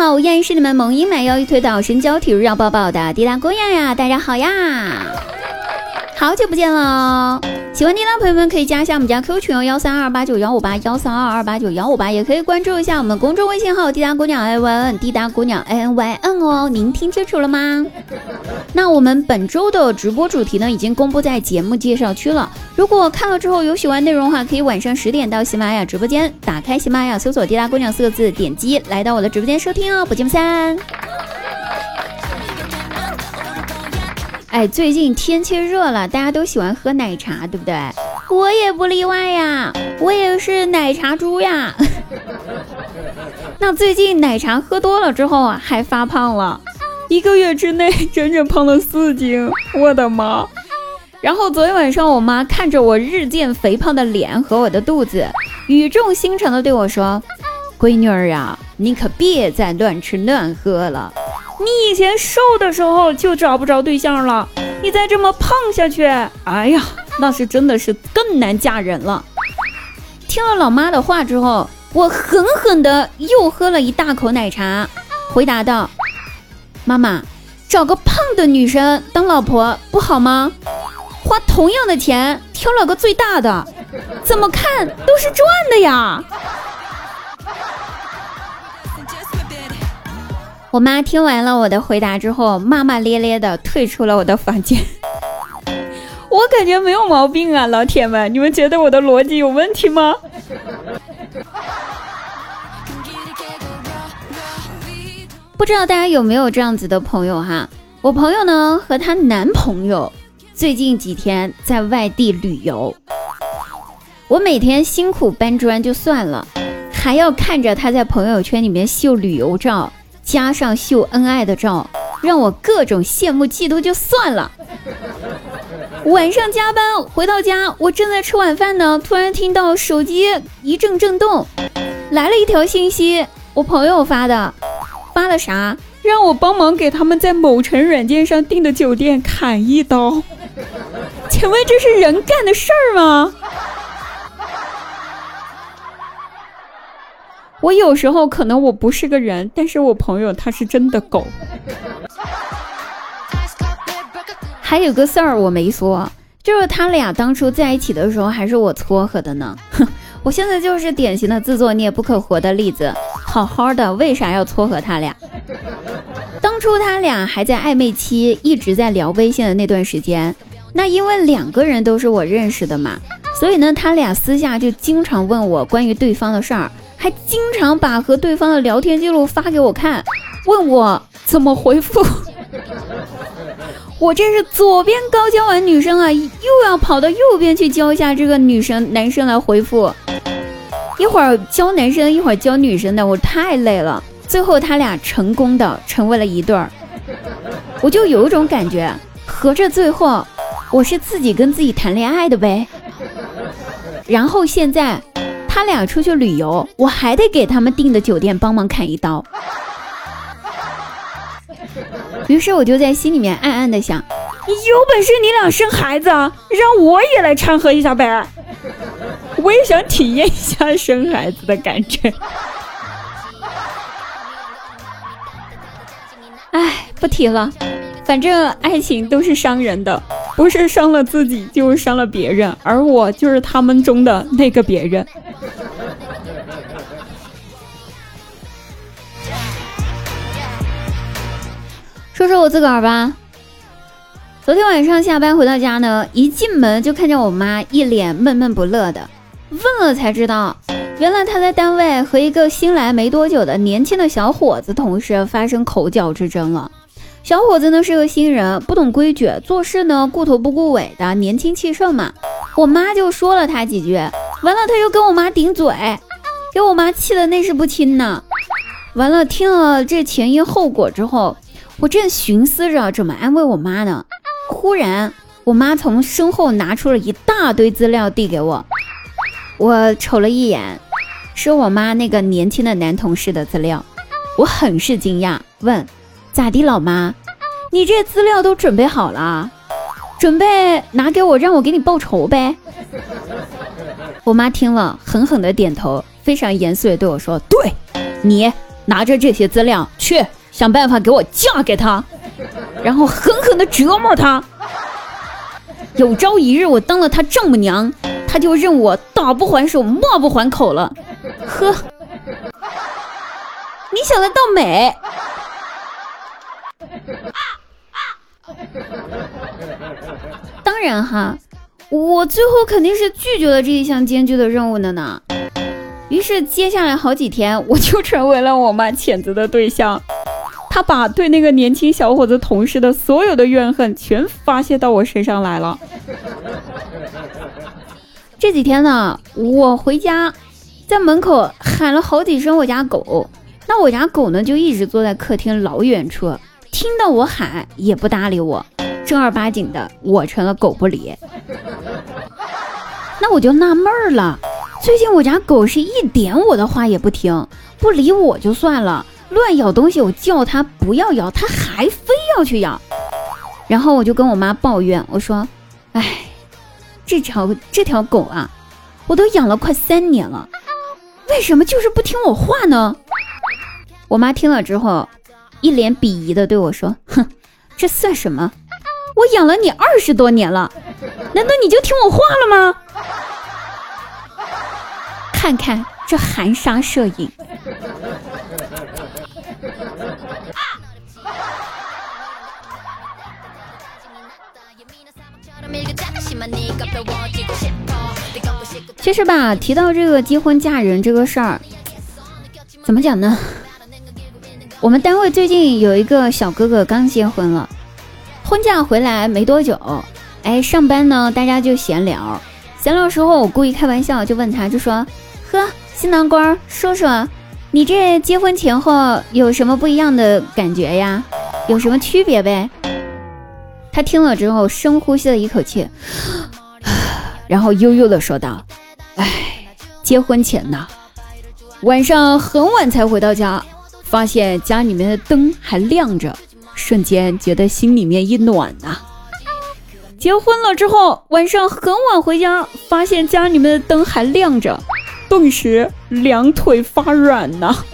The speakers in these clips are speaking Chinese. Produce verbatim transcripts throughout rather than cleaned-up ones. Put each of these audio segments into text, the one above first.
好，我依然是你们萌音买腰一推倒身交体弱抱抱的滴答姑娘呀，大家好呀，好久不见了。喜欢滴答朋友们可以加一下我们家 Q 群哦，幺三二八九幺五八幺三二二八九幺五八，也可以关注一下我们公众微信号滴答姑娘 A Y N 滴答姑娘 A N Y N 哦。您听清楚了吗？那我们本周的直播主题呢，已经公布在节目介绍区了。如果看了之后有喜欢内容的话，可以晚上十点到喜马拉雅直播间，打开喜马拉雅搜索滴答姑娘四个字，点击来到我的直播间收听哦，不见不散。哎，最近天气热了，大家都喜欢喝奶茶，对不对？我也不例外呀，我也是奶茶猪呀。那最近奶茶喝多了之后啊，还发胖了，一个月之内整整胖了四斤，我的妈！然后昨天晚上我妈看着我日渐肥胖的脸和我的肚子，语重心长的对我说：闺女儿呀，你可别再乱吃乱喝了，你以前瘦的时候就找不着对象了，你再这么胖下去，哎呀，那是真的是更难嫁人了。听了老妈的话之后，我狠狠的又喝了一大口奶茶，回答道：妈妈，找个胖的女生当老婆不好吗？花同样的钱挑了个最大的，怎么看都是赚的呀。我妈听完了我的回答之后，骂骂咧咧的退出了我的房间。我感觉没有毛病啊，老铁们，你们觉得我的逻辑有问题吗？不知道大家有没有这样子的朋友哈？我朋友呢和她男朋友最近几天在外地旅游，我每天辛苦搬砖就算了，还要看着他在朋友圈里面秀旅游照，加上秀恩爱的照，让我各种羡慕嫉妒就算了。晚上加班回到家，我正在吃晚饭呢，突然听到手机一阵震动，来了一条信息，我朋友发的，发了啥？让我帮忙给他们在某城软件上订的酒店砍一刀。请问这是人干的事儿吗？我有时候可能我不是个人，但是我朋友他是真的狗。还有个事儿我没说，就是他俩当初在一起的时候还是我撮合的呢。我现在就是典型的自作孽不可活的例子，好好的为啥要撮合他俩？当初他俩还在暧昧期，一直在聊微信的那段时间，那因为两个人都是我认识的嘛，所以呢他俩私下就经常问我关于对方的事儿，还经常把和对方的聊天记录发给我看，问我怎么回复。我这是左边高教完女生啊，又要跑到右边去教一下这个女生男生来回复，一会儿教男生一会儿教女生的，我太累了。最后他俩成功的成为了一对儿，我就有一种感觉，合着最后我是自己跟自己谈恋爱的呗。然后现在他俩出去旅游，我还得给他们订的酒店帮忙砍一刀。于是我就在心里面暗暗的想，有本事你俩生孩子啊，让我也来掺和一下呗，我也想体验一下生孩子的感觉。哎，不提了，反正爱情都是伤人的，不是伤了自己就是伤了别人，而我就是他们中的那个别人。说说我自个儿吧。昨天晚上下班回到家呢，一进门就看见我妈一脸闷闷不乐的，问了才知道，原来她在单位和一个新来没多久的年轻的小伙子同事发生口角之争了。小伙子呢是个新人，不懂规矩，做事呢顾头不顾尾的，年轻气盛嘛。我妈就说了他几句，完了他又跟我妈顶嘴，给我妈气得那是不轻呢。完了听了这前因后果之后，我正寻思着怎么安慰我妈呢，忽然我妈从身后拿出了一大堆资料递给我，我瞅了一眼，是我妈那个年轻的男同事的资料。我很是惊讶，问咋地老妈，你这资料都准备好了，准备拿给我让我给你报仇呗？我妈听了狠狠的点头，非常严肃的对我说，对，你拿着这些资料去想办法给我嫁给他，然后狠狠地折磨他。有朝一日我当了他丈母娘，他就认我打不还手，骂不还口了。呵，你想得到美。当然哈，我最后肯定是拒绝了这一项艰巨的任务的呢。于是接下来好几天，我就成为了我妈谴责的对象。她把对那个年轻小伙子同事的所有的怨恨全发泄到我身上来了。这几天呢，我回家在门口喊了好几声我家狗，那我家狗呢就一直坐在客厅老远处，听到我喊也不搭理我，正儿八经的我成了狗不理。那我就纳闷了，最近我家狗是一点我的话也不听，不理我就算了，乱咬东西我叫它不要咬，它还非要去咬。然后我就跟我妈抱怨，我说哎，这条这条狗啊，我都养了快三年了，为什么就是不听我话呢？我妈听了之后一脸鄙夷的对我说，哼，这算什么？我养了你二十多年了，难道你就听我话了吗？看看这含沙射影。其实吧，提到这个结婚嫁人这个事儿，怎么讲呢？我们单位最近有一个小哥哥刚结婚了，婚假回来没多久，哎，上班呢大家就闲聊，闲聊时候我故意开玩笑就问他，就说，呵，新郎官，说说你这结婚前后有什么不一样的感觉呀？有什么区别呗？他听了之后深呼吸了一口气，然后悠悠地说道，哎，结婚前呢，晚上很晚才回到家，发现家里面的灯还亮着，瞬间觉得心里面一暖呐、啊。结婚了之后，晚上很晚回家，发现家里面的灯还亮着，顿时两腿发软呐、啊。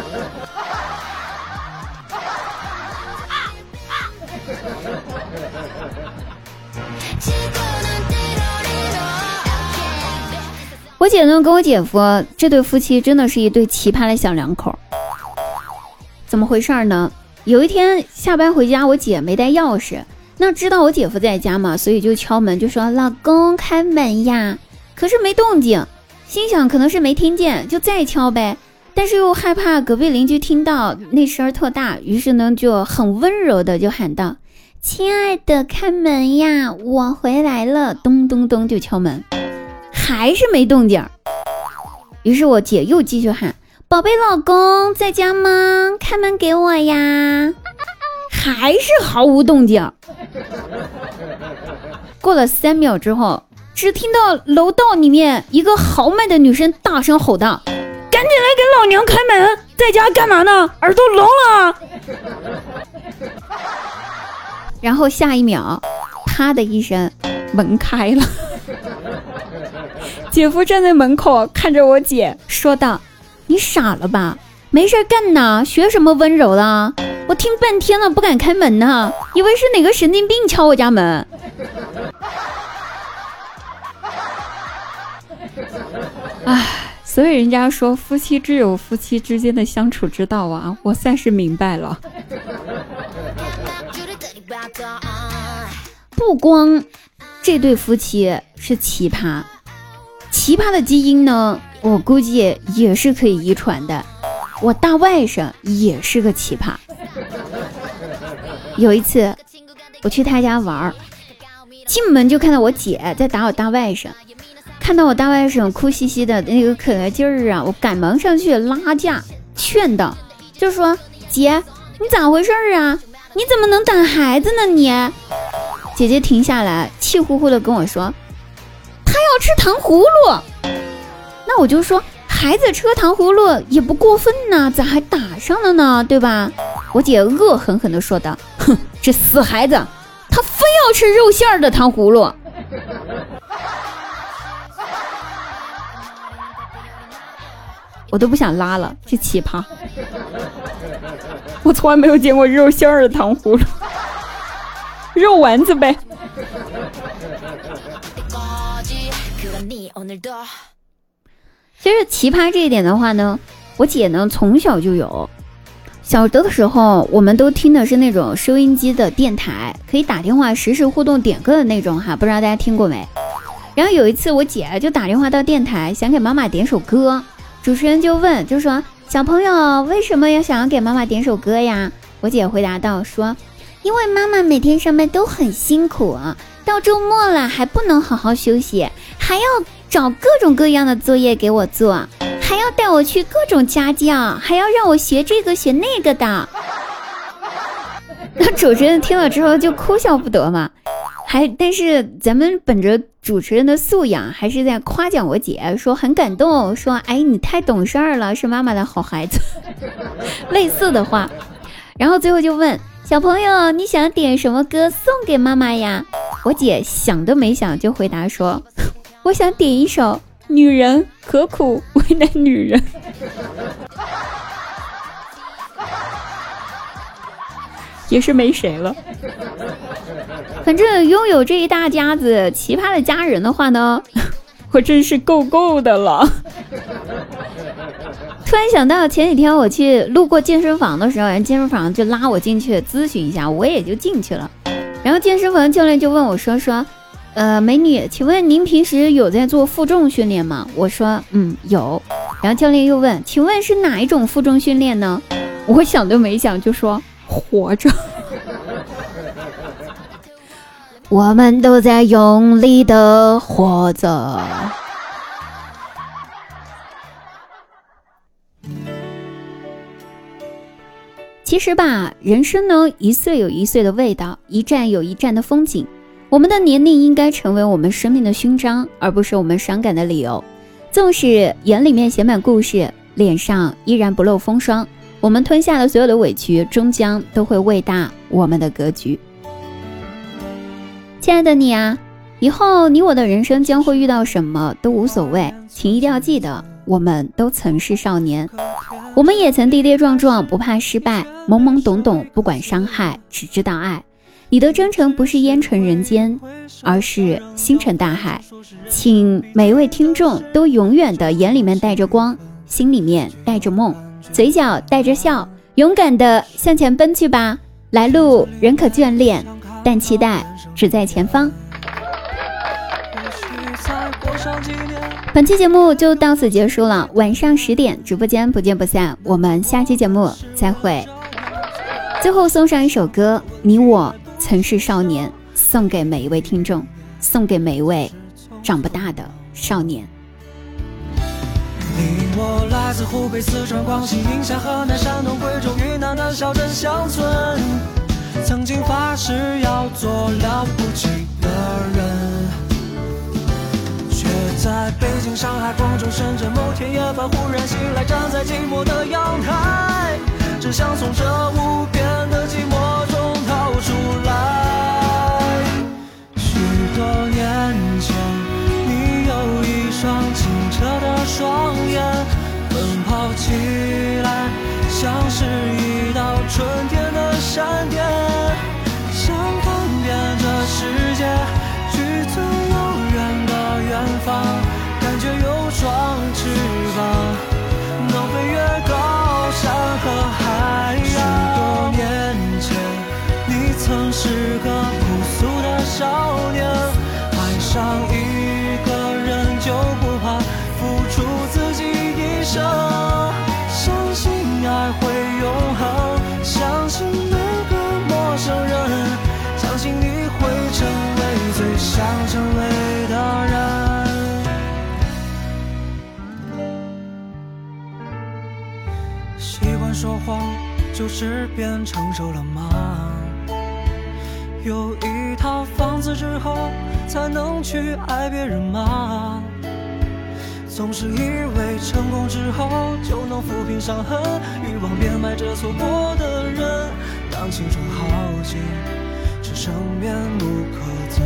我姐呢跟我姐夫这对夫妻真的是一对奇葩的小两口。怎么回事呢？有一天下班回家，我姐没带钥匙，那知道我姐夫在家嘛，所以就敲门，就说老公开门呀，可是没动静，心想可能是没听见，就再敲呗，但是又害怕隔壁邻居听到，那声特大，于是呢就很温柔的就喊道，亲爱的开门呀，我回来了，咚咚咚就敲门，还是没动静。于是我姐又继续喊，宝贝老公在家吗？开门给我呀，还是毫无动静。过了三秒之后，只听到楼道里面一个豪迈的女生大声吼道，赶紧来给老娘开门，在家干嘛呢？耳朵聋了。然后下一秒，啪的一声，门开了。姐夫站在门口看着我姐说道，你傻了吧？没事干呢，学什么温柔啦？我听半天了不敢开门呢，以为是哪个神经病敲我家门。唉，所以人家说夫妻只有夫妻之间的相处之道啊，我算是明白了。不光这对夫妻是奇葩，奇葩的基因呢，我估计也是可以遗传的。我大外甥也是个奇葩。有一次我去他家玩，进门就看到我姐在打我大外甥，看到我大外甥哭兮兮的那个可爱劲儿啊，我赶忙上去拉架劝道，就说姐你咋回事啊，你怎么能打孩子呢你？姐姐停下来气呼呼的跟我说，他要吃糖葫芦。那我就说孩子吃糖葫芦也不过分呢，咋还打上了呢，对吧？我姐恶狠狠地说道，哼，这死孩子他非要吃肉馅的糖葫芦。我都不想拉了，这奇葩。 我从来没有见过肉馅儿的糖葫芦，肉丸子呗。其实奇葩这一点的话呢，我姐呢从小就有。小的时候我们都听的是那种收音机的电台，可以打电话实时互动点歌的那种哈，不知道大家听过没。然后有一次我姐就打电话到电台，想给妈妈点首歌，主持人就问，就说小朋友为什么要想要给妈妈点首歌呀？我姐回答道说，因为妈妈每天上班都很辛苦啊，到周末了还不能好好休息，还要找各种各样的作业给我做，还要带我去各种家教，还要让我学这个学那个的。那主持人听了之后就哭笑不得嘛，还但是咱们本着主持人的素养，还是在夸奖我姐，说很感动，说哎你太懂事了，是妈妈的好孩子类似的话。然后最后就问小朋友，你想点什么歌送给妈妈呀？我姐想都没想就回答说，我想点一首女人何苦为难女人。也是没谁了。反正拥有这一大家子奇葩的家人的话呢，我真是够够的了。突然想到前几天我去路过健身房的时候，人健身房就拉我进去咨询一下，我也就进去了。然后健身房教练就问我说说呃，美女，请问您平时有在做负重训练吗？我说嗯有。然后教练又问，请问是哪一种负重训练呢？我想都没想就说活着。我们都在用力的活着。其实吧，人生呢，一岁有一岁的味道，一站有一站的风景。我们的年龄应该成为我们生命的勋章，而不是我们伤感的理由。纵使眼里面写满故事，脸上依然不露风霜，我们吞下的所有的委屈，终将都会喂大我们的格局。亲爱的你啊，以后你我的人生将会遇到什么都无所谓，请一定要记得，我们都曾是少年，我们也曾跌跌撞撞，不怕失败，懵懵懂懂，不管伤害，只知道爱。你的真诚不是烟尘人间，而是星辰大海。请每一位听众都永远的眼里面带着光，心里面带着梦，嘴角带着笑，勇敢的向前奔去吧。来路人可眷恋，但期待只在前方。本期节目就到此结束了，晚上十点直播间不见不散，我们下期节目再会。最后送上一首歌，你我曾是少年，送给每一位听众，送给每一位长不大的少年。 你我来自湖北、四川、广西、宁夏、河南、山东、贵州、云南的小镇乡村，曾经发誓要做了不起的人，却在北京、上海、广州、深圳某天夜半忽然醒来，站在寂寞的阳台，只想从这无边的寂寞中逃出来。许多年前，你有一双清澈的双眼，奔跑起来像是一道春天的闪电，想看遍这世界，去最遥远的远方，感觉有双翅膀，能飞越高山和海洋。许多年前，你曾是个朴素的少年，爱上一个人就不怕付出自己一生，相信爱会永恒，相信每个陌生人，相信你会成为最想成为的人。习惯说谎就是变成熟了吗？有一套房子之后才能去爱别人吗？总是以为成功之后就能抚平伤痕，欲望变卖着错过的人，让青春耗尽，只剩面目可憎。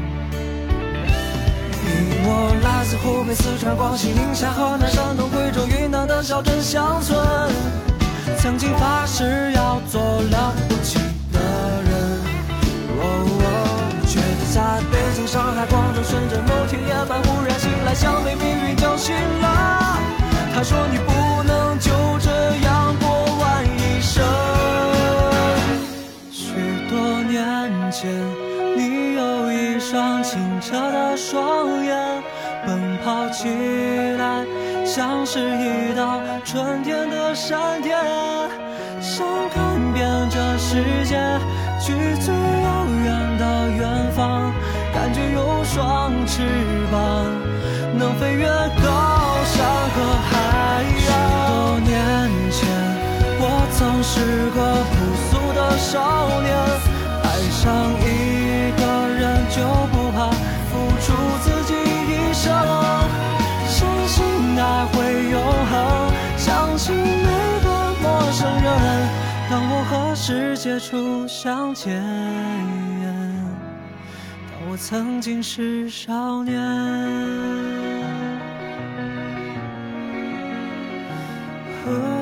你我来自湖北、四川、广西、宁夏、河南、山东、贵州、云南的小镇乡村， 曾经发誓要做了不起的人。哦哦，觉得在北京、上海、广州、深圳，某天夜半忽然醒来，像被命运叫醒了。他说你不能就这样过完一生。许多年前，你有一双清澈的双眼，奔跑起来像是一道春天的闪电，想看遍这世界，去最遥远的远方，感觉有双翅膀，能飞越高山和海洋。许多年前，我曾是个朴素的少年，爱上一个人就不怕付出自己一生，相信爱会永恒，相信每个陌生人，当我和世界初相见，当我曾经是少年。